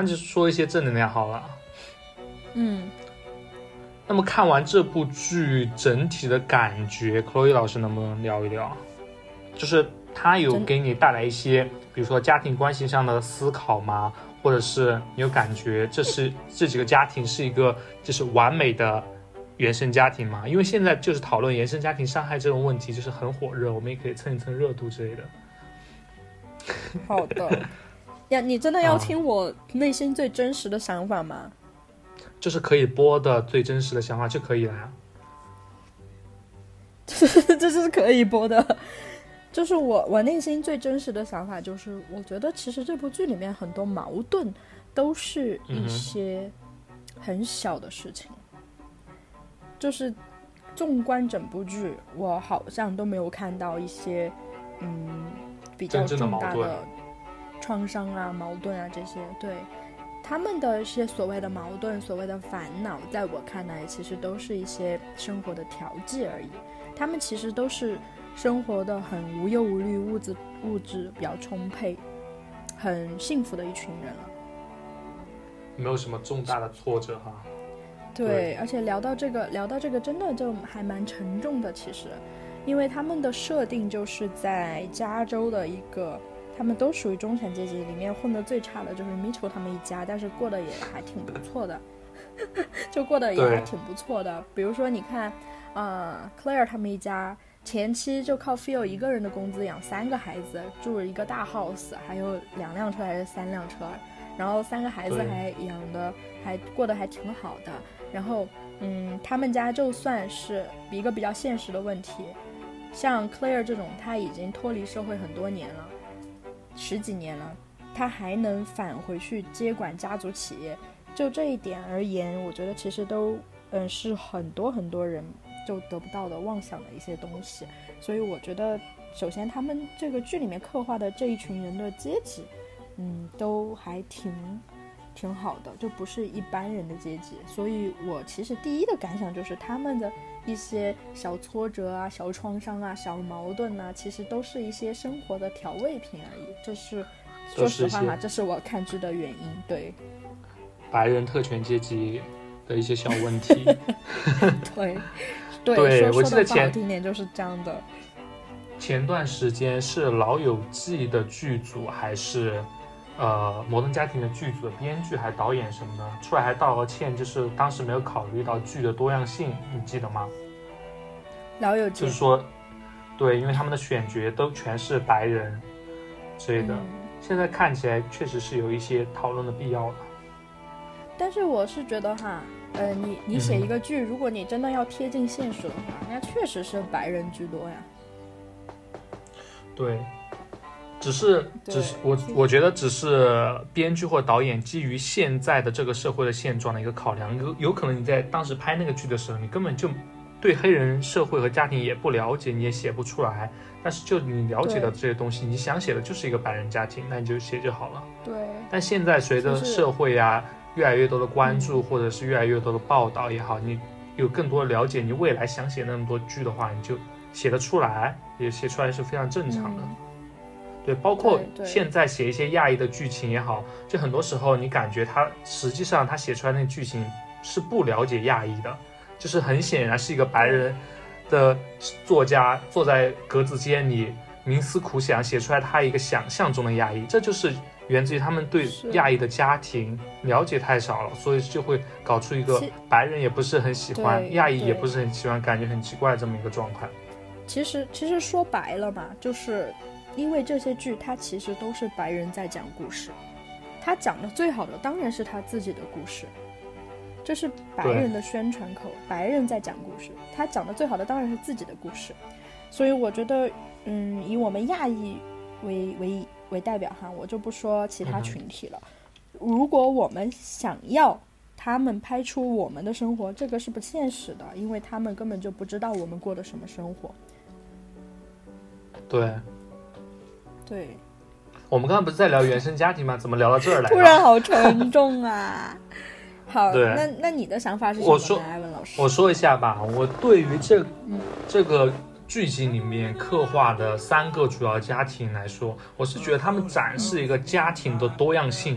那就说一些正能量好了。那么看完这部剧整体的感觉，Chloe 老师能不能聊一聊？就是它有给你带来一些，比如说家庭关系上的思考吗？或者是你有感觉这几个家庭是一个就是完美的原生家庭吗？因为现在就是讨论原生家庭伤害这种问题，就是很火热，我们也可以蹭一蹭热度之类的。 好的呀，你真的要听我内心最真实的想法吗？ 就是可以播的最真实的想法就可以了呀。 这是可以播的。就是我内心最真实的想法，就是我觉得其实这部剧里面很多矛盾都是一些很小的事情，就是纵观整部剧，我好像都没有看到一些比较重大的创伤啊、矛盾啊这些。对，他们的一些所谓的矛盾、所谓的烦恼，在我看来其实都是一些生活的调剂而已。他们其实都是生活的很无忧无虑，物质比较充沛，很幸福的一群人了， 没有什么重大的挫折哈。 对，而且聊到这个真的就还蛮沉重的，其实因为他们的设定就是在加州的一个，他们都属于中产阶级，里面混得最差的就是 Mitchell 他们一家，但是过得也还挺不错的就过得也还挺不错的。比如说你看Claire 他们一家前期就靠 Phil 一个人的工资养3个孩子，住了一个大 house， 还有2辆车还是3辆车，然后3个孩子还养的还过得还挺好的。然后他们家就算是一个比较现实的问题，像 Claire 这种他已经脱离社会很多年了，10几年了，他还能返回去接管家族企业，就这一点而言，我觉得其实都是很多人就得不到的妄想的一些东西。所以我觉得首先他们这个剧里面刻画的这一群人的阶级都还挺好的，就不是一般人的阶级。所以我其实第一的感想就是他们的一些小挫折啊、小创伤啊、小矛盾啊，其实都是一些生活的调味品而已。这是说实话哈，这是我看剧的原因。对， 白人特权阶级的一些小问题对， 我记得说的不好听点就是这样的。 前段时间是老友记的剧组还是摩登家庭的剧组的编剧还导演什么的出来还道了歉，就是当时没有考虑到剧的多样性，你记得吗？ 老友记就是说对，因为他们的选角都全是白人之类的，现在看起来确实是有一些讨论的必要了。 但是我是觉得哈你写一个剧，如果你真的要贴近现实的话，那确实是白人居多呀。 对，只是我觉得只是编剧或导演基于现在的这个社会的现状的一个考量，有可能你在当时拍那个剧的时候，你根本就对黑人社会和家庭也不了解，你也写不出来。但是就你了解的这些东西，你想写的就是一个白人家庭，那你就写就好了。 对。 但现在随着社会啊越来越多的关注，或者是越来越多的报道也好，你有更多的了解，你未来想写那么多剧的话，你就写得出来，也写出来是非常正常的。对，包括现在写一些亚裔的剧情也好，就很多时候你感觉他实际上他写出来那个剧情是不了解亚裔的，就是很显然是一个白人的作家坐在格子间里冥思苦想写出来他一个想象中的亚裔，这就是源自于他们对亚裔的家庭了解太少了，所以就会搞出一个白人也不是很喜欢，亚裔也不是很喜欢，感觉很奇怪这么一个状态。 其实说白了嘛，就是因为这些剧它其实都是白人在讲故事，他讲的最好的当然是他自己的故事，这是白人的宣传口，白人在讲故事，他讲的最好的当然是自己的故事。所以我觉得以我们亚裔为代表哈，我就不说其他群体了。如果我们想要他们拍出我们的生活，这个是不现实的，因为他们根本就不知道我们过的什么生活。对， 我们刚刚不是在聊原生家庭吗？怎么聊到这儿来了？ 突然好沉重啊！好，那你的想法是什么呢，艾文老师？ 我说一下吧。我对于这个剧集里面刻画的3个主要家庭来说，我是觉得他们展示一个家庭的多样性，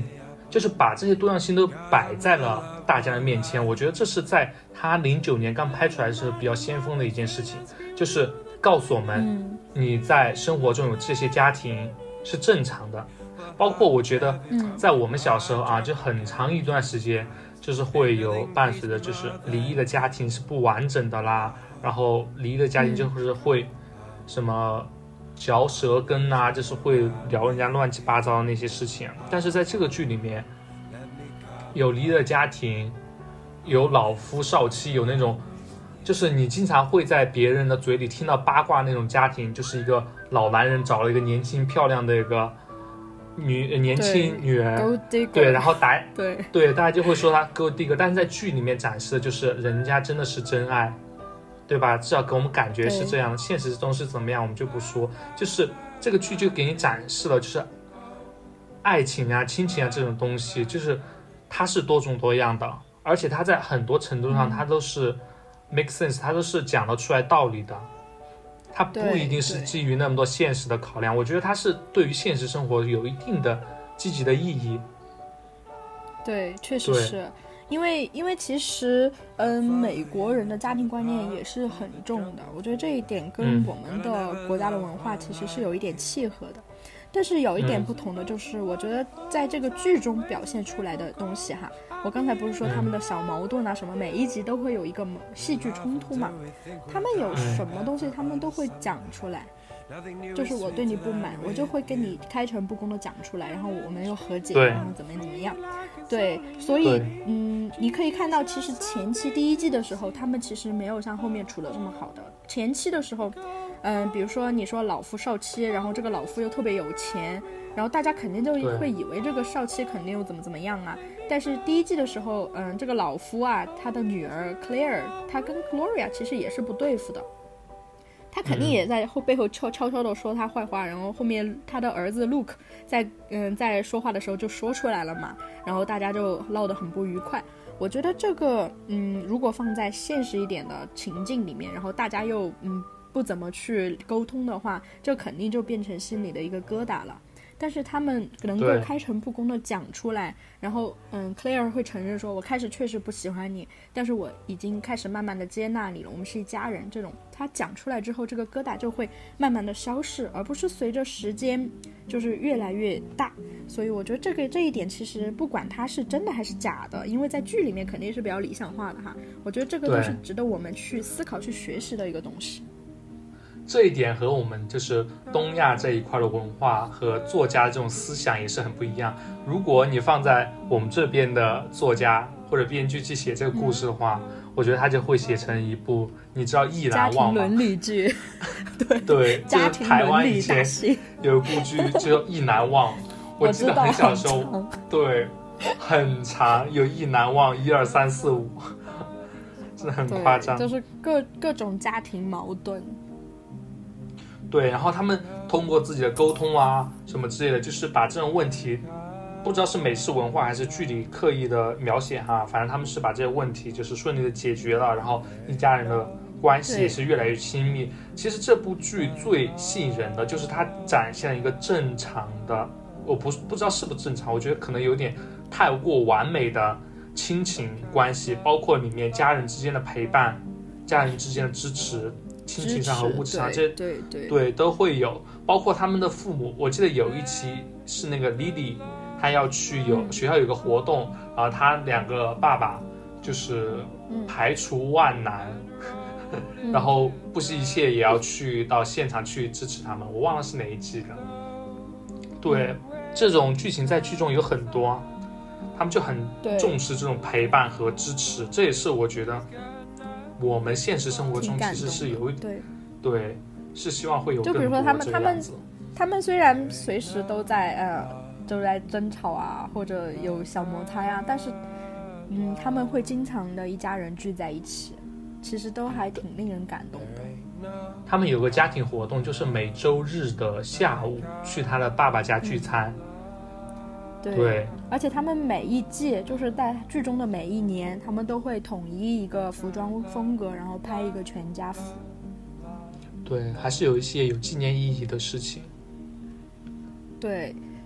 就是把这些多样性都摆在了大家的面前。我觉得这是在他09年刚拍出来的时候比较先锋的一件事情，就是告诉我们，你在生活中有这些家庭是正常的。包括我觉得在我们小时候啊，就很长一段时间就是会有伴随着就是离异的家庭是不完整的啦，然后离异的家庭就是会什么嚼舌根啊，就是会聊人家乱七八糟的那些事情。但是在这个剧里面，有离异的家庭，有老夫少妻，有那种就是你经常会在别人的嘴里听到八卦那种家庭，就是一个老男人找了一个年轻漂亮的一个年轻女人，对，然后对大家就会说他 gold digger， 但是在剧里面展示的就是人家真的是真爱，对吧？至少给我们感觉是这样，现实中是怎么样我们就不说，就是这个剧就给你展示了，就是爱情啊、亲情啊这种东西，就是它是多种多样的，而且它在很多程度上它都是 make sense， 它都是讲得出来道理的。它不一定是基于那么多现实的考量，我觉得它是对于现实生活有一定的积极的意义。 对，确实是因为其实美国人的家庭观念也是很重的，我觉得这一点跟我们的国家的文化其实是有一点契合的。但是有一点不同的就是，我觉得在这个剧中表现出来的东西哈，我刚才不是说他们的小矛盾啊什么，每一集都会有一个戏剧冲突嘛，他们有什么东西他们都会讲出来，就是我对你不满，我就会跟你开诚布公的讲出来，然后我们又和解，然后怎么样，对，所以你可以看到，其实前期第一季的时候，他们其实没有像后面处的这么好的。前期的时候，比如说你说老夫少妻，然后这个老夫又特别有钱，然后大家肯定就会以为这个少妻肯定又怎么样啊。但是第一季的时候，这个老夫啊，他的女儿 Claire， 他跟 Gloria 其实也是不对付的。他肯定也在背后悄悄的说他坏话，然后后面他的儿子 Luke 在说话的时候就说出来了嘛，然后大家就闹得很不愉快。我觉得这个如果放在现实一点的情境里面，然后大家又不怎么去沟通的话，这肯定就变成心里的一个疙瘩了。但是他们能够开诚布公的讲出来，然后Claire 会承认说我开始确实不喜欢你，但是我已经开始慢慢的接纳你了，我们是一家人，这种他讲出来之后，这个疙瘩就会慢慢的消逝，而不是随着时间就是越来越大。所以我觉得这一点其实不管它是真的还是假的，因为在剧里面肯定是比较理想化的哈，我觉得这个都是值得我们去思考去学习的一个东西。 这一点和我们就是东亚这一块的文化和作家的这种思想也是很不一样。如果你放在我们这边的作家或者编剧去写这个故事的话，我觉得他就会写成一部，你知道《意难忘》吗？家庭伦理剧。 对，就是台湾以前有一部剧叫《意难忘》，我记得很小的时候，对，很长，有《意难忘》1、2、3、4、5，真的很夸张， 就是各种家庭矛盾。 对，然后他们通过自己的沟通啊什么之类的，就是把这种问题，不知道是美式文化还是剧里刻意的描写哈，反正他们是把这些问题就是顺利的解决了，然后一家人的关系也是越来越亲密。其实这部剧最吸引人的就是它展现了一个正常的，我不知道是不是正常，我觉得可能有点太过完美的亲情关系，包括里面家人之间的陪伴，家人之间的支持，亲情上和物质上，这对都会有，包括他们的父母。我记得有一期是那个 Lily， 她要去学校有个活动，然后她2个爸爸就是排除万难，然后不惜一切也要去到现场去支持他们。我忘了是哪一季了。对，这种剧情在剧中有很多，他们就很重视这种陪伴和支持，这也是我觉得我们现实生活中其实是有对是希望会有更多，就比如说他们虽然随时都在争吵啊，或者有小摩擦呀，但是他们会经常的一家人聚在一起，其实都还挺令人感动的。 他们有个家庭活动，就是每周日的下午去他的爸爸家聚餐。对， 而且他们每一季就是在剧中的每一年，他们都会统一一个服装风格，然后拍一个全家福。 对，还是有一些有纪念意义的事情。 对，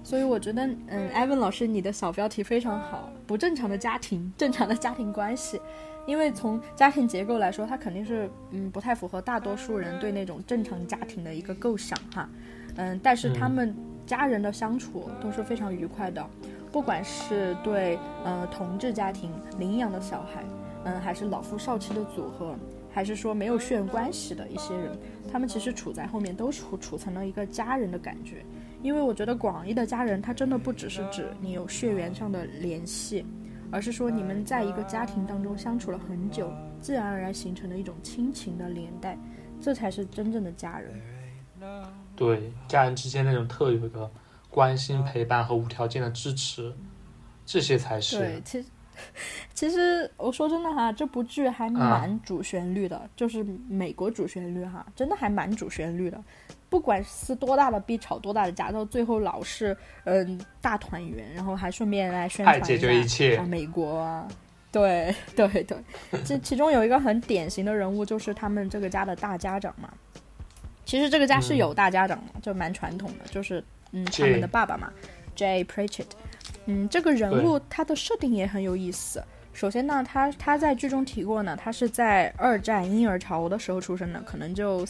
所以我觉得Evan 老师你的小标题非常好，不正常的家庭，正常的家庭关系。因为从家庭结构来说，它肯定是不太符合大多数人对那种正常家庭的一个构想哈。但是他们家人的相处都是非常愉快的，不管是对同志家庭领养的小孩，还是老夫少妻的组合，还是说没有血缘关系的一些人，他们其实处在后面都是处成了一个家人的感觉。因为我觉得广义的家人，它真的不只是指你有血缘上的联系，而是说你们在一个家庭当中相处了很久，自然而然形成的一种亲情的连带，这才是真正的家人。 对，家人之间那种特有的关心、陪伴和无条件的支持，这些才是。 对，其实我说真的哈，这部剧还蛮主旋律的，就是美国主旋律哈，真的还蛮主旋律的。不管是多大的逼吵多大的架，到最后老是大团圆，然后还顺便来宣传一下解决一切美国啊。对对对，这其中有一个很典型的人物，就是他们这个家的大家长嘛。其实这个家是有大家长的，就蛮传统的，就是他们的爸爸嘛 Jay Pritchett。这个人物他的设定也很有意思。首先呢，他在剧中提过呢，他是在2战婴儿潮的时候出生的，可能就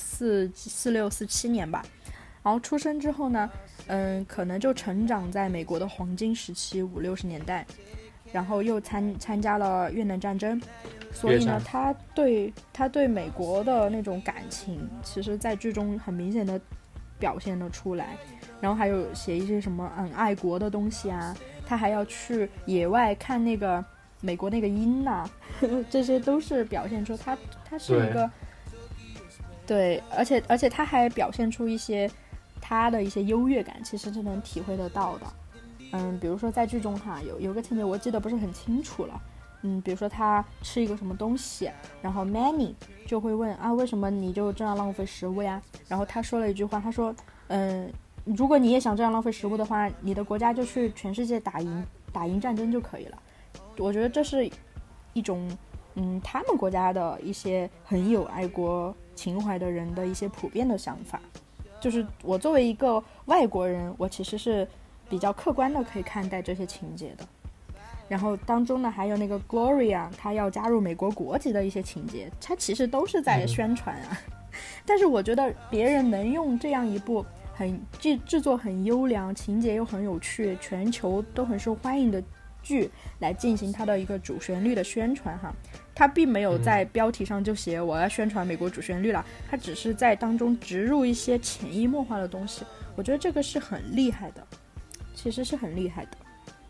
46、47年吧。然后出生之后呢，可能就成长在美国的黄金时期50、60年代，然后又参加了越南战争，所以呢，他对美国的那种感情，其实在剧中很明显的表现了出来。然后还有写一些什么爱国的东西啊，他还要去野外看那个美国那个鹰啊，这些都是表现出他是一个对，而且他还表现出一些他的一些优越感，其实是能体会得到的。比如说在剧中哈，有个情节我记得不是很清楚了。比如说他吃一个什么东西，然后 Manny 就会问啊，为什么你就这样浪费食物呀？然后他说了一句话，他说如果你也想这样浪费食物的话，你的国家就去全世界打赢战争就可以了。我觉得这是一种他们国家的一些很有爱国情怀的人的一些普遍的想法。就是我作为一个外国人，我其实是比较客观的可以看待这些情节的。然后当中呢，还有那个 Gloria 她要加入美国国籍的一些情节，它其实都是在宣传啊。但是我觉得别人能用这样一部制作很优良，情节又很有趣，全球都很受欢迎的剧来进行它的一个主旋律的宣传哈，它并没有在标题上就写我要宣传美国主旋律了，它只是在当中植入一些潜移默化的东西，我觉得这个是很厉害的，其实是很厉害的。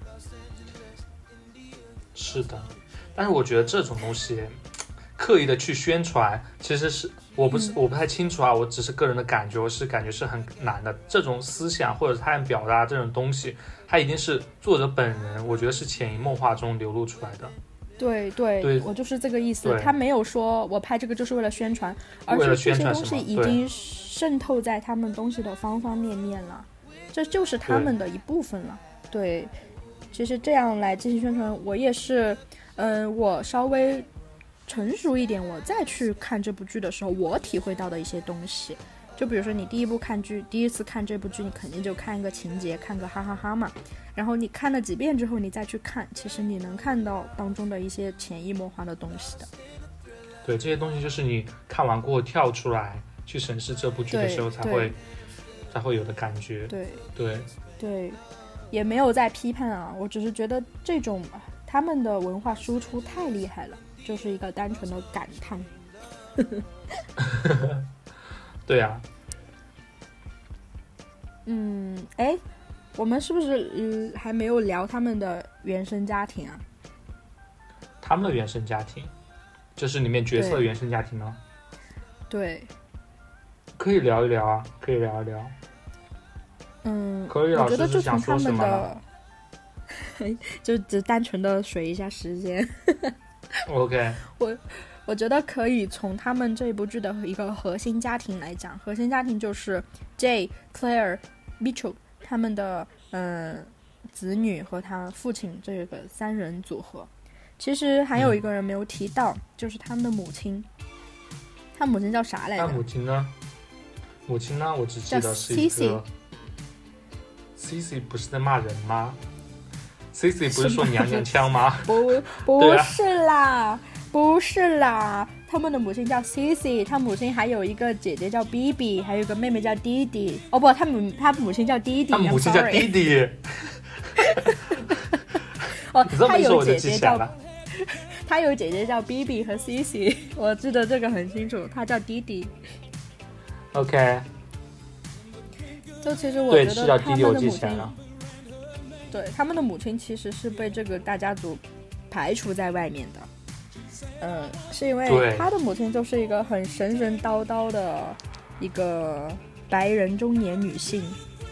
是的，但是我觉得这种东西刻意的去宣传，其实是我不太清楚啊，我只是个人的感觉，我是感觉是很难的。这种思想或者他想表达这种东西，它一定是作者本人，我觉得是潜移默化中流露出来的。 对，我就是这个意思。他没有说我拍这个就是为了宣传，而是这些东西已经渗透在他们东西的方方面面了，这就是他们的一部分了。对，其实这样来进行宣传，我也是，我稍微成熟一点，我再去看这部剧的时候，我体会到的一些东西。就比如说你第一次看这部剧，你肯定就看一个情节，看个哈哈哈嘛。然后你看了几遍之后，你再去看，其实你能看到当中的一些潜移默化的东西的。 对，这些东西就是你看完过后跳出来去审视这部剧的时候才会有的感觉。 对，也没有在批判啊，我只是觉得这种他们的文化输出太厉害了，就是一个单纯的感叹。 对啊。 我们是不是还没有聊他们的原生家庭啊？ 他们的原生家庭就是里面角色的原生家庭吗？ 对， 可以聊一聊啊，可以聊一聊。可以，老师是想说什么呢？ 就只单纯的水一下时间。 OK， 我觉得可以从他们这部剧的一个核心家庭来讲，核心家庭就是 Jay、Claire、Mitchell 他们的子女和他父亲这个3人组合。其实还有一个人没有提到，就是他们的母亲。他母亲叫啥来着？ 他母亲呢？我只记得是一个 ？Cici 不是在骂人吗？Cici 不是说娘娘腔吗？ 不是啦，不是啦，他们的母亲叫 Cici， 他母亲还有一个姐姐叫 BB， 还有一个妹妹叫弟弟。哦不，他母亲叫弟弟， 他母亲叫弟弟。 哦， 你这么一说我就记起来了。 他有姐姐叫 BB 和 Cici， 我记得这个很清楚，他叫弟弟。 OK。 就其实我觉得他们的母亲，对，他们的母亲其实是被这个大家族排除在外面的。是因为他的母亲就是一个很神神叨叨的一个白人中年女性。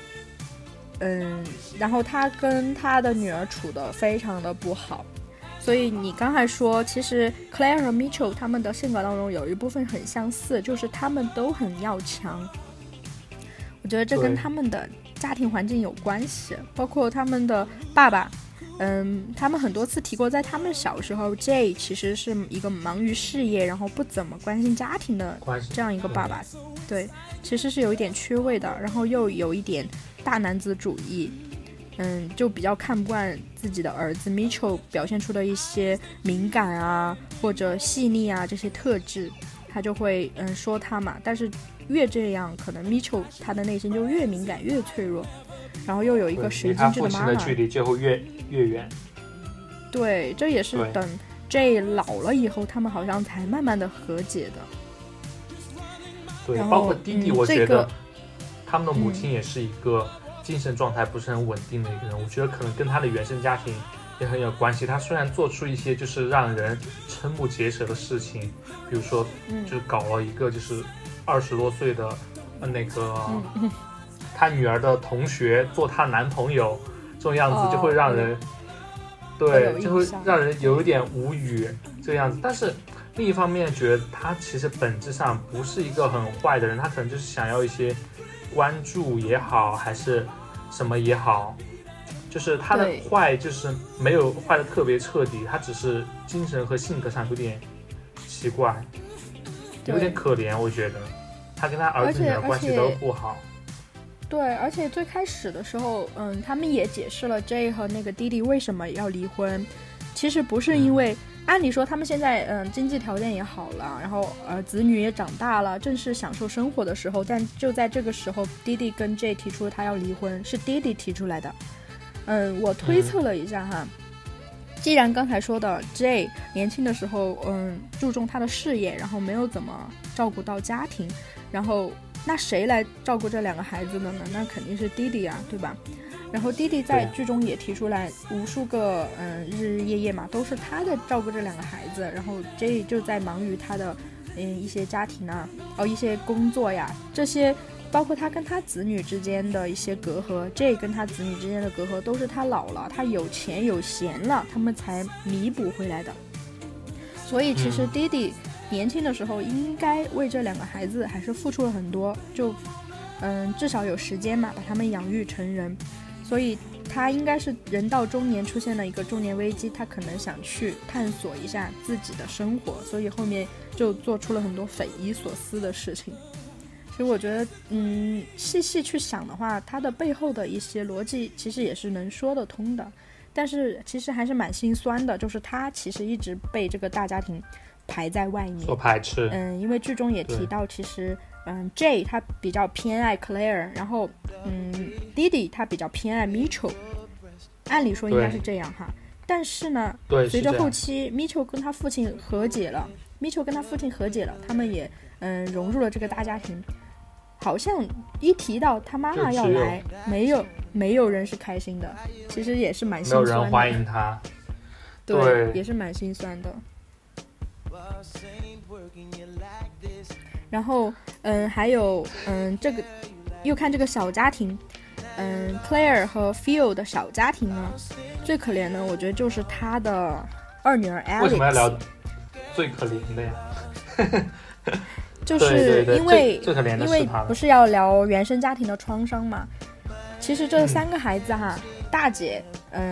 然后他跟他的女儿处得非常的不好。所以你刚才说，其实 Claire 和 Mitchell 他们的性格当中有一部分很相似，就是他们都很要强。我觉得这跟他们的家庭环境有关系，包括他们的爸爸。他们很多次提过，在他们小时候 Jay 其实是一个忙于事业，然后不怎么关心家庭的这样一个爸爸。对，其实是有一点缺位的，然后又有一点大男子主义。就比较看不惯自己的儿子 Mitchell 表现出的一些敏感啊或者细腻啊这些特质，他就会说他嘛。但是越这样，可能 Mitchell 他的内心就越敏感越脆弱，然后又有一个神经质的妈妈， 离他父亲的距离就会越远。 对，这也是等 Jay 老了以后，他们好像才慢慢的和解的。 对，包括弟弟，我觉得他们的母亲也是一个精神状态不是很稳定的一个人。我觉得可能跟他的原生家庭也很有关系。他虽然做出一些就是让人瞠目结舌的事情，比如说就是搞了一个就是20多岁的那个他女儿的同学做他男朋友，这种样子就会让人对，就会让人有一点无语这个样子。但是另一方面觉得他其实本质上不是一个很坏的人，他可能就是想要一些关注也好还是什么也好，就是他的坏就是没有坏的特别彻底，他只是精神和性格上有点奇怪，有点可怜。我觉得他跟他儿子女儿关系都不好。 对，而且最开始的时候他们也解释了 Jay 和那个弟弟为什么要离婚。其实不是因为按理说他们现在经济条件也好了，然后子女也长大了，正是享受生活的时候，但就在这个时候弟弟跟 Jay 提出他要离婚，是弟弟提出来的。我推测了一下哈，既然刚才说的 Jay 年轻的时候注重他的事业，然后没有怎么照顾到家庭，然后那谁来照顾这两个孩子的呢？那肯定是弟弟啊，对吧？然后弟弟在剧中也提出来无数个日日夜夜嘛，都是他在照顾这两个孩子，然后 Jay 就在忙于他的一些家庭啊一些工作呀，这些包括他跟他子女之间的一些隔阂， Jay 跟他子女之间的隔阂都是他老了，他有钱有闲了，他们才弥补回来的。所以其实弟弟年轻的时候应该为这两个孩子还是付出了很多，就至少有时间嘛把他们养育成人。所以他应该是人到中年出现了一个中年危机，他可能想去探索一下自己的生活，所以后面就做出了很多匪夷所思的事情。所以我觉得细细去想的话，他的背后的一些逻辑其实也是能说得通的，但是其实还是蛮心酸的，就是他其实一直被这个大家庭排在外面， 所排斥。 因为剧中也提到，其实Jay 他比较偏爱 Claire， 然后弟弟他比较偏爱 Mitchell， 按理说应该是这样哈。但是呢，随着后期 Mitchell 跟他父亲和解了，他们也融入了这个大家庭，好像一提到他妈妈要来，没有人是开心的，其实也是蛮心酸的， 没有人欢迎他。 对，也是蛮心酸的。然后还有这个又看这个小家庭，Claire 和 Phil 的小家庭呢，最可怜的我觉得就是他的二女儿 Alex。 为什么要聊最可怜的呀？ 就是因为最可怜的是他， 不是要聊原生家庭的创伤嘛。其实这3个孩子哈， 大姐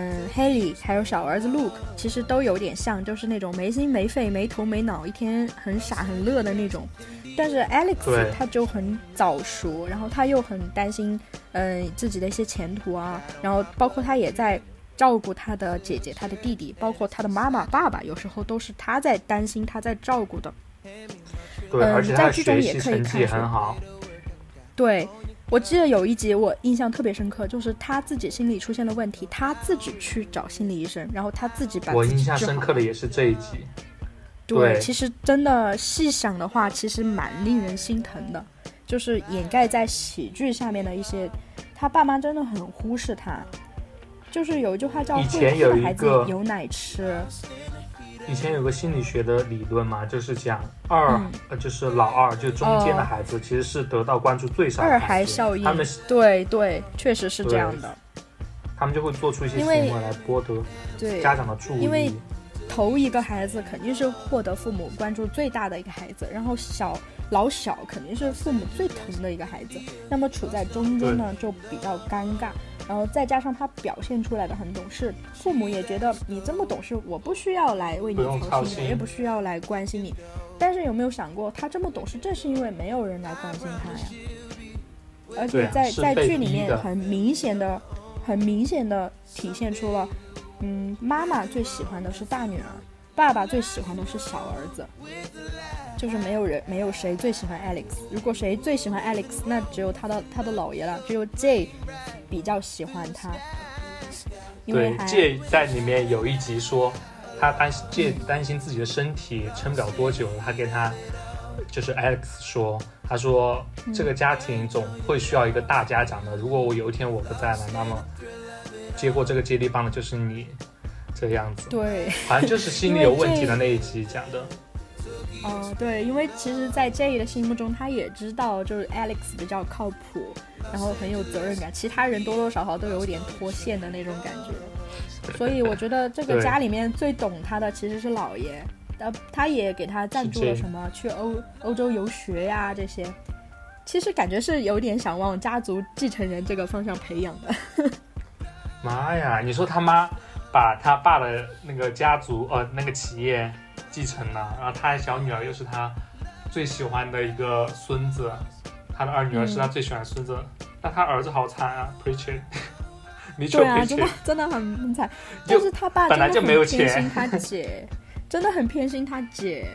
Haley 还有小儿子 Luke 其实都有点像，就是那种没心没肺没头没脑，一天很傻很乐的那种。但是 Alex 他就很早熟，然后他又很担心自己的一些前途啊，然后包括他也在照顾他的姐姐他的弟弟，包括他的妈妈爸爸，有时候都是他在担心他在照顾的。 对，而且他的学习成绩很好。 对，我记得有一集我印象特别深刻，就是他自己心理出现了问题，他自己去找心理医生，然后他自己把自己治好。 我印象深刻的也是这一集。 对，其实真的细想的话，其实蛮令人心疼的，就是掩盖在喜剧下面的一些，他爸妈真的很忽视他。就是有一句话叫“会哭的孩子有奶吃”。 以前有个心理学的理论嘛，就是讲就是老二，就中间的孩子，其实是得到关注最少的二孩效应。他们对，确实是这样的。 他们就会做出一些行为来剥得家长的注意。 因为头一个孩子肯定是获得父母关注最大的一个孩子，然后老小肯定是父母最疼的一个孩子，那么处在中间呢就比较尴尬，然后再加上他表现出来的很懂事，父母也觉得你这么懂事，我不需要来为你操心，我也不需要来关心你。但是有没有想过，他这么懂事，正是因为没有人来关心他呀？而且在剧里面很明显的体现出了，妈妈最喜欢的是大女儿，爸爸最喜欢的是小儿子，就是没有谁最喜欢 Alex。如果谁最喜欢 Alex， 那只有他的姥爷了，只有 Jay 比较喜欢他。 对，Jay 在里面有一集说，他Jay 担心自己的身体撑不了多久，他跟他就是 Alex 说，他说这个家庭总会需要一个大家长的，如果我有一天我不在了，那么接过这个接力棒的就是你，这样子。 对， 好像就是心理有问题的那一集讲的。 对，因为其实在 Jay 的心目中，他也知道就是 Alex 比较靠谱，然后很有责任感，其他人多多少少都有点脱线的那种感觉。所以我觉得这个家里面最懂他的其实是姥爷，他也给他赞助了什么去欧洲游学呀这些，其实感觉是有点想往家族继承人这个方向培养的。 妈呀，你说他妈把他爸的那个家族那个企业继承了，然后他的小女儿又是他最喜欢的一个孙子，他的二女儿是他最喜欢的孙子，那他儿子好惨啊 Pritchett 对啊，真的很惨。但是他爸真的很偏心他姐，真的很偏心他姐。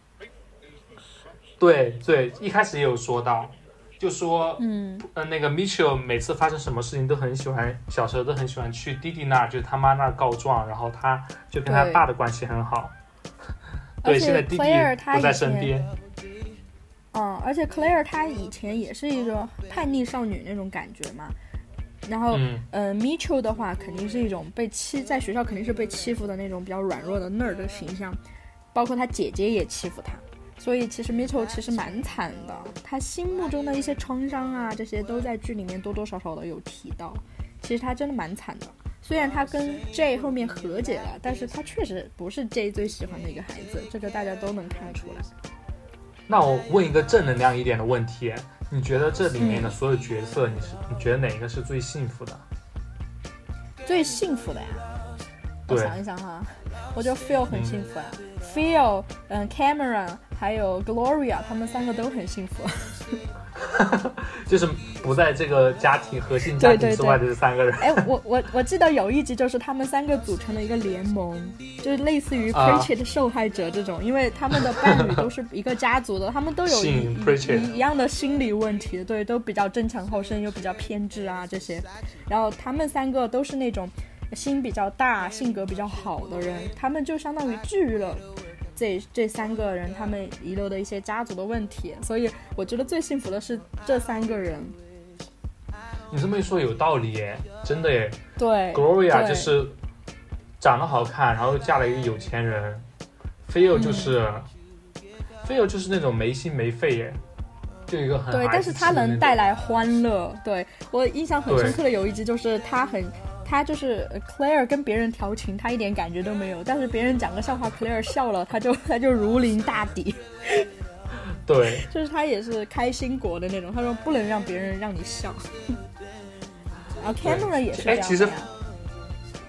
对，一开始也有说到，就说那个 Mitchell 每次发生什么事情都很喜欢，小时候都很喜欢去弟弟那儿，就是他妈那儿告状，然后他就跟他爸的关系很好。对，现在弟弟不在身边。 而且 Claire 她以前也是一个叛逆少女那种感觉嘛。然后Mitchell 的话肯定是一种在学校肯定是被欺负的那种比较软弱的 nerd 的形象，包括他姐姐也欺负他，所以其实 Mitchell 其实蛮惨的，他心目中的一些创伤啊这些都在剧里面多多少少的有提到，其实他真的蛮惨的。虽然他跟 Jay 后面和解了，但是他确实不是 Jay 最喜欢的一个孩子，这个大家都能看出来。 那我问一个正能量一点的问题，你觉得这里面的所有角色，你觉得哪一个是最幸福的？ 最幸福的呀？我想一想哈，我觉得 Phil 很幸福啊。Phil、Cameron 还有 Gloria 他们三个都很幸福。 就是不在这个家庭核心家庭之外的这三个人。 我记得有一集就是他们三个组成了一个联盟，就是类似于 Pritchett 的受害者这种，因为他们的伴侣都是一个家族的，他们都有一样的心理问题，对，都比较争强好胜又比较偏执啊这些，然后他们三个都是那种心比较大性格比较好的人，他们就相当于治愈了这三个人他们遗留的一些家族的问题，所以我觉得最幸福的是这三个人。 你这么一说有道理耶，真的耶。 对 Gloria 就是长得好看，然后嫁了一个有钱人。Phil 就是那种没心没肺耶，就一个很对，但是他能带来欢乐。对，我印象很深刻的有一集就是他就是 Claire 跟别人调情，他一点感觉都没有，但是别人讲个笑话 Claire 笑了，他就如临大敌。 对， 就是他也是开心果的那种，他说不能让别人让你笑。然后 Cameron 也是这样的呀。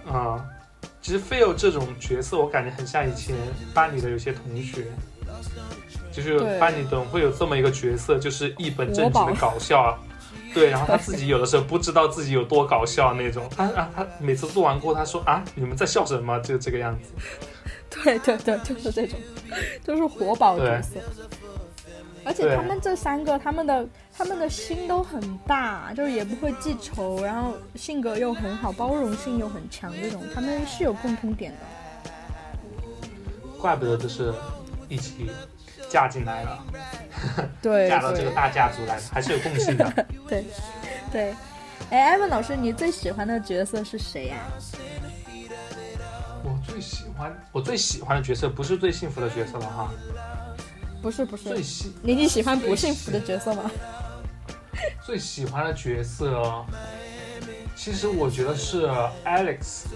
其实 Phil 这种角色我感觉很像以前班里的有些同学，就是班里总会有这么一个角色，就是一本正经的搞笑，对，然后他自己有的时候不知道自己有多搞笑那种，他每次录完过他说你们在笑什么，就这个样子。 对，就是这种，就是活宝角色。而且他们这三个他们的心都很大，就是也不会记仇，然后性格又很好，包容性又很强，这种他们是有共通点的。 怪不得就是一起嫁进来了， 对， 嫁到这个大家族来，还是有共性的。 对。哎，Evan 老师，你最喜欢的角色是谁呀？ 我最喜欢的角色不是最幸福的角色了哈。 不是，你喜欢不幸福的角色吗？ 最喜欢的角色，其实我觉得是 Alex。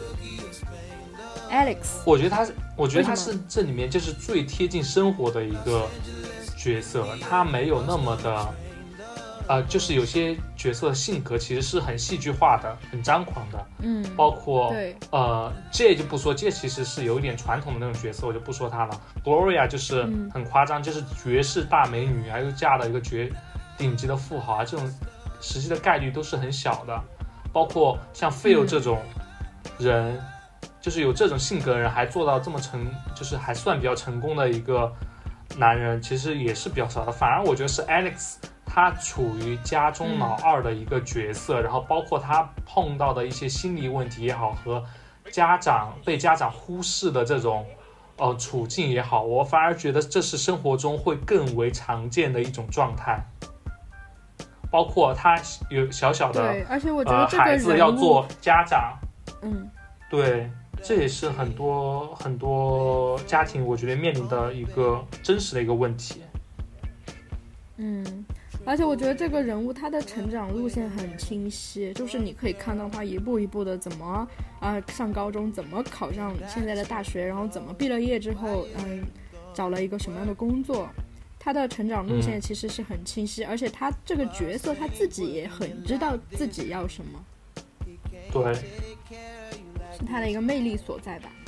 我觉得他是这里面就是最贴近生活的一个角色，他没有那么的，就是有些角色性格其实是很戏剧化的，很张狂的，包括J 就不说，J 其实是有一点传统的那种角色，我就不说他了。Gloria 就是很夸张，就是绝世大美女，还有嫁了一个顶级的富豪，这种实际的概率都是很小的。包括像 Phil 这种人，就是有这种性格的人还做到这么就是还算比较成功的一个男人，其实也是比较少的。反而我觉得是 Alex。他处于家中老二的一个角色，然后包括他碰到的一些心理问题也好，和被家长忽视的这种处境也好，我反而觉得这是生活中会更为常见的一种状态。包括他有小小的而且我觉得这个孩子要做家长， 对， 这也是很多家庭我觉得面临的一个真实的一个问题。 而且我觉得这个人物他的成长路线很清晰，就是你可以看到他一步一步的怎么上高中，怎么考上现在的大学，然后怎么毕了业之后找了一个什么样的工作，他的成长路线其实是很清晰，而且他这个角色他自己也很知道自己要什么， 对， 是他的一个魅力所在吧。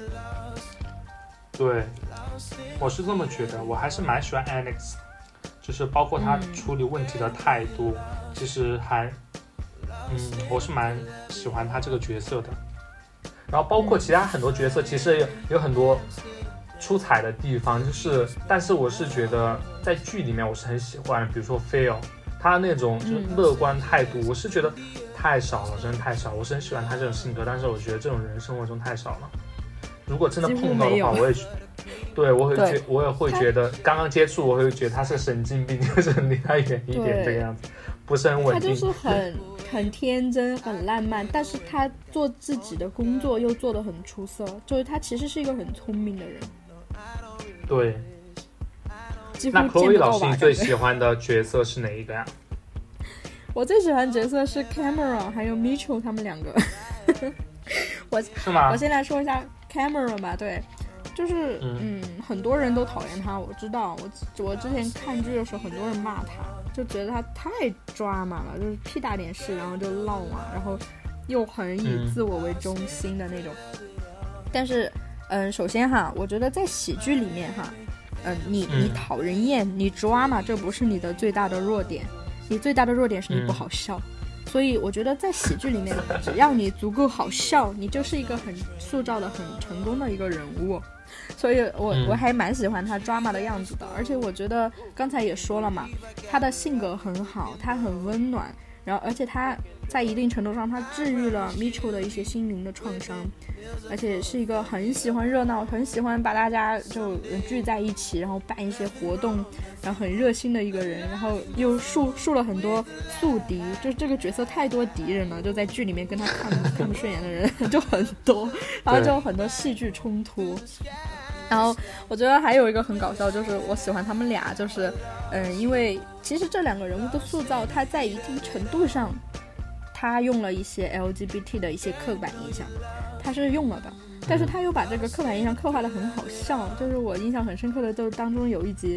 对，我是这么觉得，我还是蛮喜欢 Alex，就是包括他处理问题的态度，其实还我是蛮喜欢他这个角色的。然后包括其他很多角色其实有很多出彩的地方，但是我是觉得在剧里面我是很喜欢，比如说 Phil 他那种就是乐观态度，我是觉得太少了，真的太少。我是很喜欢他这种性格，但是我觉得这种人生活中太少了。如果真的碰到的话，我也会觉得刚刚接触，我会觉得他是神经病，就是离他远一点这个样子，不是很稳定。 他就是很天真，很烂漫，但是他做自己的工作又做得很出色，就是他其实是一个很聪明的人。 对。 那 Chloe 老师，你最喜欢的角色是哪一个呀？ 我最喜欢的角色是 Cameron 还有 Mitchell 他们两个。 是吗？ 我先来说一下 Cameron 吧，对，就是很多人都讨厌他，我知道，我之前看剧的时候，很多人骂他，就觉得他太抓马了，就是屁大点事，然后就闹嘛，然后又很以自我为中心的那种。但是，首先哈，我觉得在喜剧里面哈，你讨人厌，你抓嘛，这不是你的最大的弱点，你最大的弱点是你不好笑。所以我觉得在喜剧里面，只要你足够好笑，你就是一个很塑造的很成功的一个人物。所以我还蛮喜欢他drama的样子的，而且我觉得刚才也说了嘛，他的性格很好，他很温暖，然后而且他在一定程度上他治愈了 Mitchell 的一些心灵的创伤，而且是一个很喜欢热闹，很喜欢把大家就聚在一起，然后办一些活动，然后很热心的一个人，然后又树了很多宿敌，就这个角色太多敌人了，就在剧里面跟他看不顺眼的人就很多，然后就有很多戏剧冲突。然后我觉得还有一个很搞笑，就是我喜欢他们俩，就是因为其实这两个人物的塑造，他在一定程度上他用了一些 LGBT 的一些刻板印象，他是用了的，但是他又把这个刻板印象刻画得很好笑，就是我印象很深刻的就是当中有一集就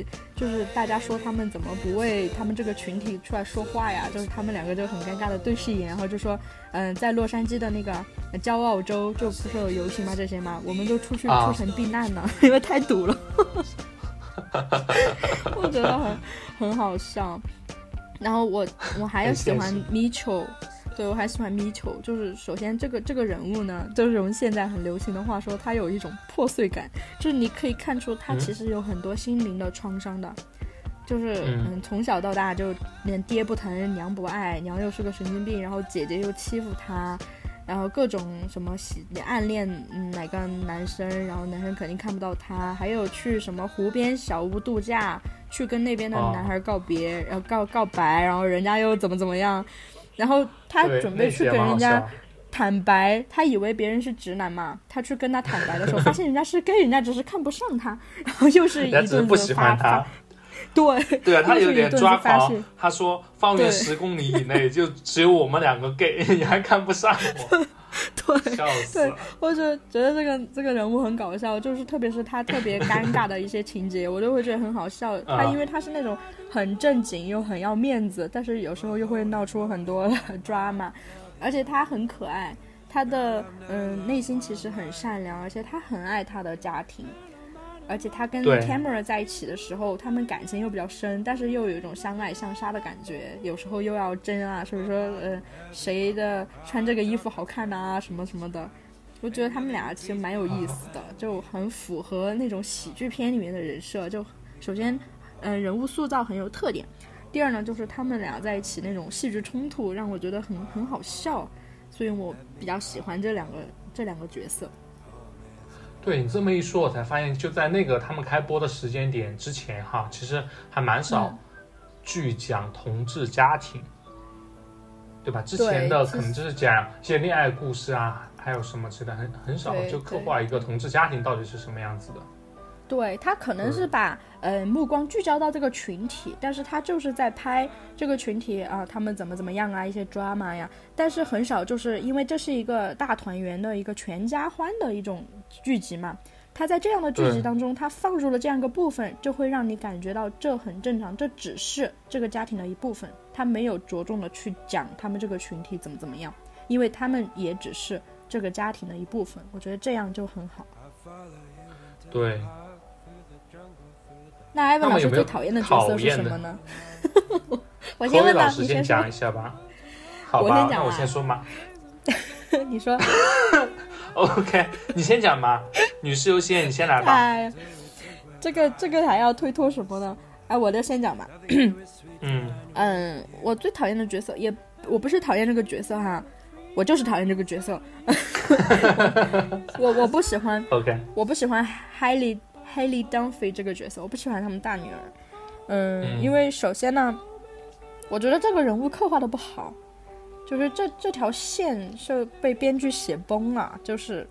就是大家说他们怎么不为他们这个群体出来说话呀，就是他们两个就很尴尬的对视一眼，然后就说在洛杉矶的那个骄傲州就不是有游行吗这些吗，我们就出城避难了，因为太堵了我觉得很好笑。然后我还喜欢米球，对，我还喜欢米球。就是首先这个人物呢，就是用现在很流行的话说，他有一种破碎感，就是你可以看出他其实有很多心灵的创伤的，就是从小到大就连爹不疼娘不爱，娘又是个神经病，然后姐姐又欺负他，然后各种什么暗恋哪个男生，然后男生肯定看不到他，还有去什么湖边小屋度假，去跟那边的男孩告别，然后告白，然后人家又怎么样，然后他准备去跟人家坦白，他以为别人是直男嘛，他去跟他坦白的时候发现人家是 gay， 人家只是看不上他，然后又是一顿子不喜欢他。对啊，他有点抓狂，他说方圆10公里以内就只有我们2个 gay， 你还看不上我对， 笑死了。 对，我就觉得这个人物很搞笑，就是特别是他特别尴尬的一些情节我都会觉得很好笑。他因为他是那种很正经又很要面子，但是有时候又会闹出很多drama，而且他很可爱，他的内心其实很善良，而且他很爱他的家庭，而且他跟 Tamara 在一起的时候，他们感情又比较深，但是又有一种相爱相杀的感觉，有时候又要争啊，所以说谁的穿这个衣服好看啊什么什么的。我觉得他们俩其实蛮有意思的，就很符合那种喜剧片里面的人设。就首先人物塑造很有特点，第二呢就是他们俩在一起那种戏剧冲突让我觉得很好笑，所以我比较喜欢这两个角色。 对，你这么一说，我才发现就在那个他们开播的时间点之前哈，其实还蛮少剧讲同志家庭，对吧？之前的可能就是讲一些恋爱故事啊，还有什么之类的，很少就刻画一个同志家庭到底是什么样子的。 对，他可能是把目光聚焦到这个群体，但是他就是在拍这个群体啊，他们怎么样啊，一些 drama 呀，但是很少，就是因为这是一个大团圆的一个全家欢的一种剧集嘛，他在这样的剧集当中他放入了这样一个部分，就会让你感觉到这很正常，这只是这个家庭的一部分，他没有着重的去讲他们这个群体怎么样，因为他们也只是这个家庭的一部分，我觉得这样就很好。 对， 那艾文老师最讨厌的角色是什么呢？我先问老师先讲一下吧。好吧，那我先说嘛。 你说。 OK， 你先讲吧，女士优先，你先来吧。 这个还要推脱什么呢？我就先讲吧。我最讨厌的角色我不是讨厌这个角色哈，我就是讨厌这个角色。我不喜欢 OK， 我不喜欢Hailey Dunphy 这个角色，我不喜欢他们大女儿。因为首先呢，我觉得这个人物刻画的不好，就是这条线是被编剧写崩了，就是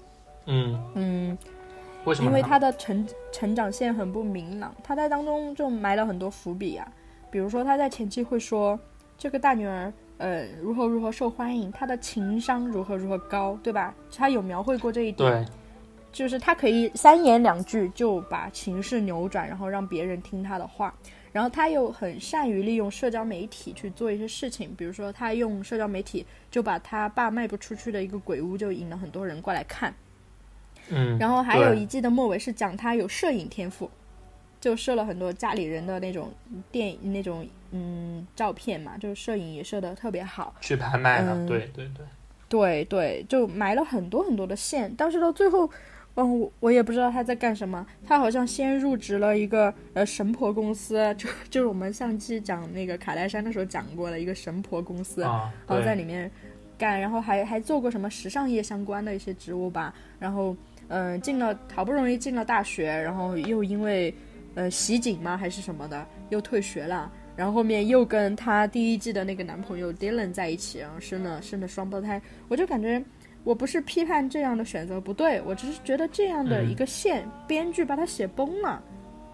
为什么？ 因为他的成长线很不明朗，他在当中就埋了很多伏笔啊，比如说他在前期会说这个大女儿如何受欢迎，她的情商如何高，对吧？他有描绘过这一点。 对， 就是他可以3言2句就把情势扭转，然后让别人听他的话。然后他又很善于利用社交媒体去做一些事情，比如说他用社交媒体就把他爸卖不出去的一个鬼屋就引了很多人过来看。然后还有一季的末尾是讲他有摄影天赋，就摄了很多家里人的那种照片嘛，就摄影也摄得特别好， 去拍卖了。 对，就埋了很多很多的线，但是到最后我也不知道他在干什么。他好像先入职了一个神婆公司，就是我们上期讲那个卡戴珊的时候讲过的一个神婆公司，然后在里面干，然后还做过什么时尚业相关的一些职务吧。然后好不容易进了大学，然后又因为袭警吗还是什么的又退学了，然后后面又跟他第1季的那个男朋友 Dylan 在一起，然后生了双胞胎。我就感觉我不是批判这样的选择不对，我只是觉得这样的一个线编剧把它写崩了。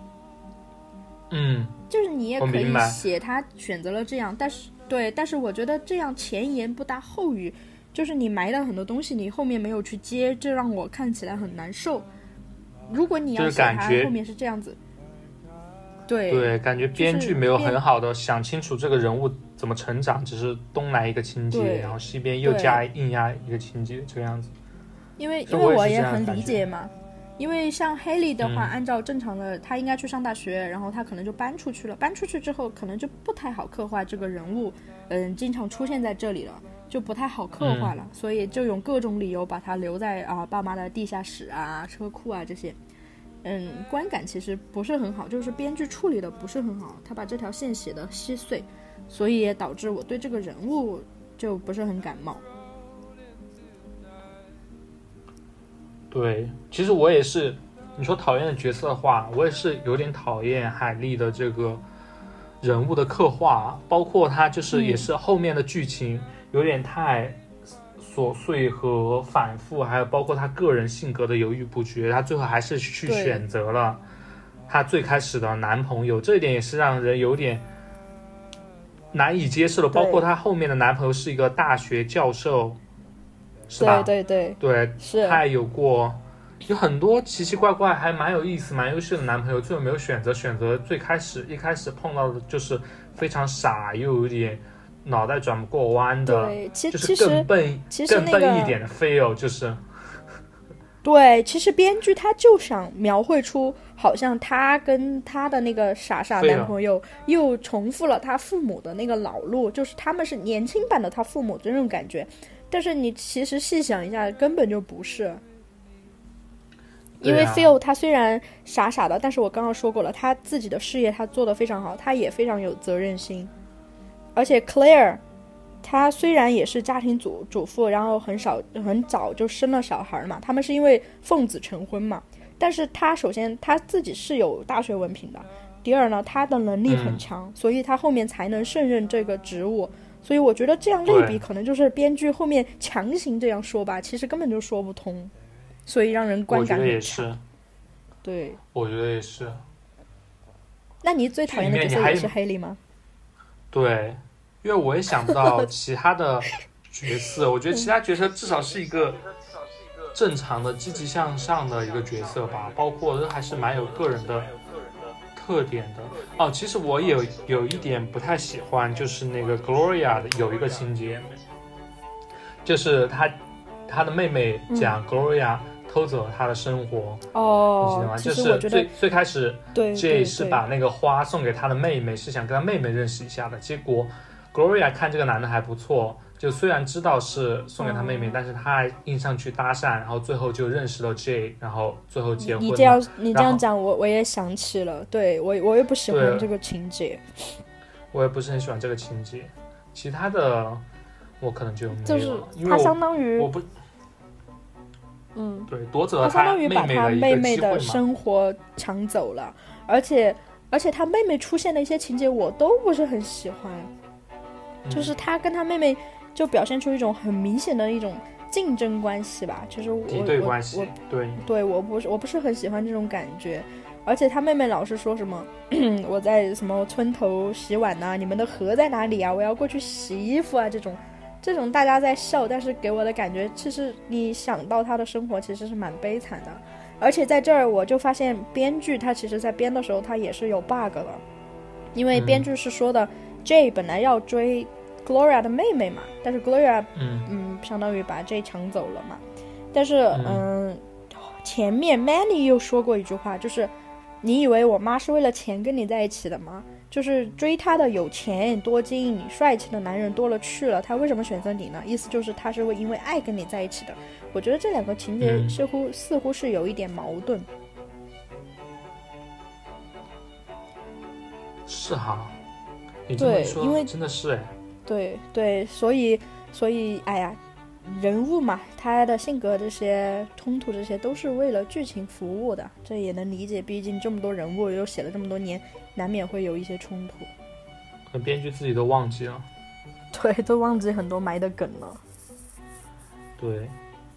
就是你也可以写他选择了这样，但是我觉得这样前言不搭后语，就是你埋了很多东西你后面没有去接，这让我看起来很难受。如果你要写他后面是这样子， 对，感觉编剧没有很好的想清楚这个人物怎么成长，只是东来一个情节，然后西边又硬压一个情节，这个样子。 因为我也很理解嘛，因为像黑莉的话，按照正常的，他应该去上大学，然后他可能就搬出去了，搬出去之后可能就不太好刻画这个人物，经常出现在这里了，就不太好刻画了，所以就用各种理由把他留在爸妈的地下室啊、车库啊这些。观感其实不是很好，就是编剧处理的不是很好，他把这条线写得稀碎，所以也导致我对这个人物就不是很感冒。 对，其实我也是，你说讨厌的角色的话，我也是有点讨厌海莉的这个人物的刻画，包括他就是也是后面的剧情有点太琐碎和反复，还有包括他个人性格的犹豫不决，他最后还是去选择了他最开始的男朋友，这一点也是让人有点难以接受的。包括他后面的男朋友是一个大学教授，是吧？ 对， 是他有很多奇奇怪怪还蛮有意思蛮优秀的男朋友，最后没有选择一开始碰到的就是非常傻又有点脑袋转不过弯的， 对， 就是更笨一点的 fail， 就是对，其实编剧他就想描绘出好像他跟他的那个傻男朋友又重复了他父母的那个老路，就是他们是年轻版的他父母这种感觉，但是你其实细想一下根本就不是。因为 Phil 他虽然傻的，但是我刚刚说过了，他自己的事业他做得非常好，他也非常有责任心。而且 Claire 她虽然也是家庭主妇，然后很早就生了小孩嘛，他们是因为奉子成婚嘛，但是她首先她自己是有大学文凭的，第二呢她的能力很强，所以她后面才能胜任这个职务。所以我觉得这样类比可能就是编剧后面强行这样说吧，其实根本就说不通，所以让人观感很差。对， 我觉得也是。 那你最讨厌的角色也是黑莉吗？ 对，因为我也想不到其他的角色，我觉得其他角色至少是一个正常的积极向上的一个角色吧，包括还是蛮有个人的特点的。其实我有一点不太喜欢，就是那个 Gloria 的有一个情节，就是他的妹妹讲 Gloria 偷走了他的生活。你记得吗？就是最开始 Jay 是把那个花送给他的妹妹，是想跟他妹妹认识一下的，结果 Gloria 看这个男的还不错，就虽然知道是送给他妹妹，但是他还硬上去搭讪，然后最后就认识了 Jay， 然后最后结婚了。 你这样讲我也想起了，对，我也不喜欢这个情节， 我也不是很喜欢这个情节。其他的我可能就没有， 就是他相当于我不对，夺走了他相当于把他妹妹的生活抢走了，而且他妹妹出现的一些情节我都不是很喜欢，就是他跟他妹妹就表现出一种很明显的一种竞争关系吧，就是敌对关系。 对，我不是很喜欢这种感觉。而且他妹妹老是说什么我在什么村头洗碗啊，你们的河在哪里啊，我要过去洗衣服啊，这种大家在笑，但是给我的感觉其实你想到他的生活其实是蛮悲惨的。而且在这儿我就发现编剧他其实在编的时候他也是有 bug 的，因为编剧是说的Jay 本来要追 Gloria 的妹妹嘛，但是 Gloria 相当于把 Jay 抢走了嘛。但是前面 Manny 又说过一句话，就是你以为我妈是为了钱跟你在一起的吗？就是追她的有钱多金帅气的男人多了去了，他为什么选择你呢？意思就是他是会因为爱跟你在一起的。我觉得这两个情节似乎是有一点矛盾。 是哈，你这么说，因为真的是哎。 对，所以哎呀，人物嘛，他的性格这些冲突这些都是为了剧情服务的，这也能理解，毕竟这么多人物又写了这么多年，难免会有一些冲突。 可能编剧自己都忘记了。 对，都忘记很多埋的梗了。 对。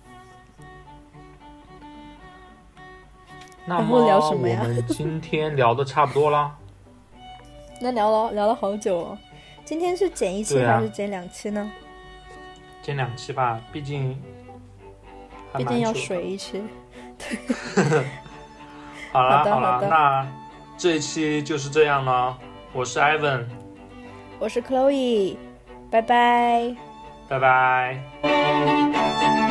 那么我们今天聊的差不多了。 那聊了好久哦。今天是剪一期还是剪2期呢？ 剪2期吧，毕竟要水一期。 好了，那这一期就是这样了，我是 Ivan， 我是 Chloe， 拜拜， 拜拜。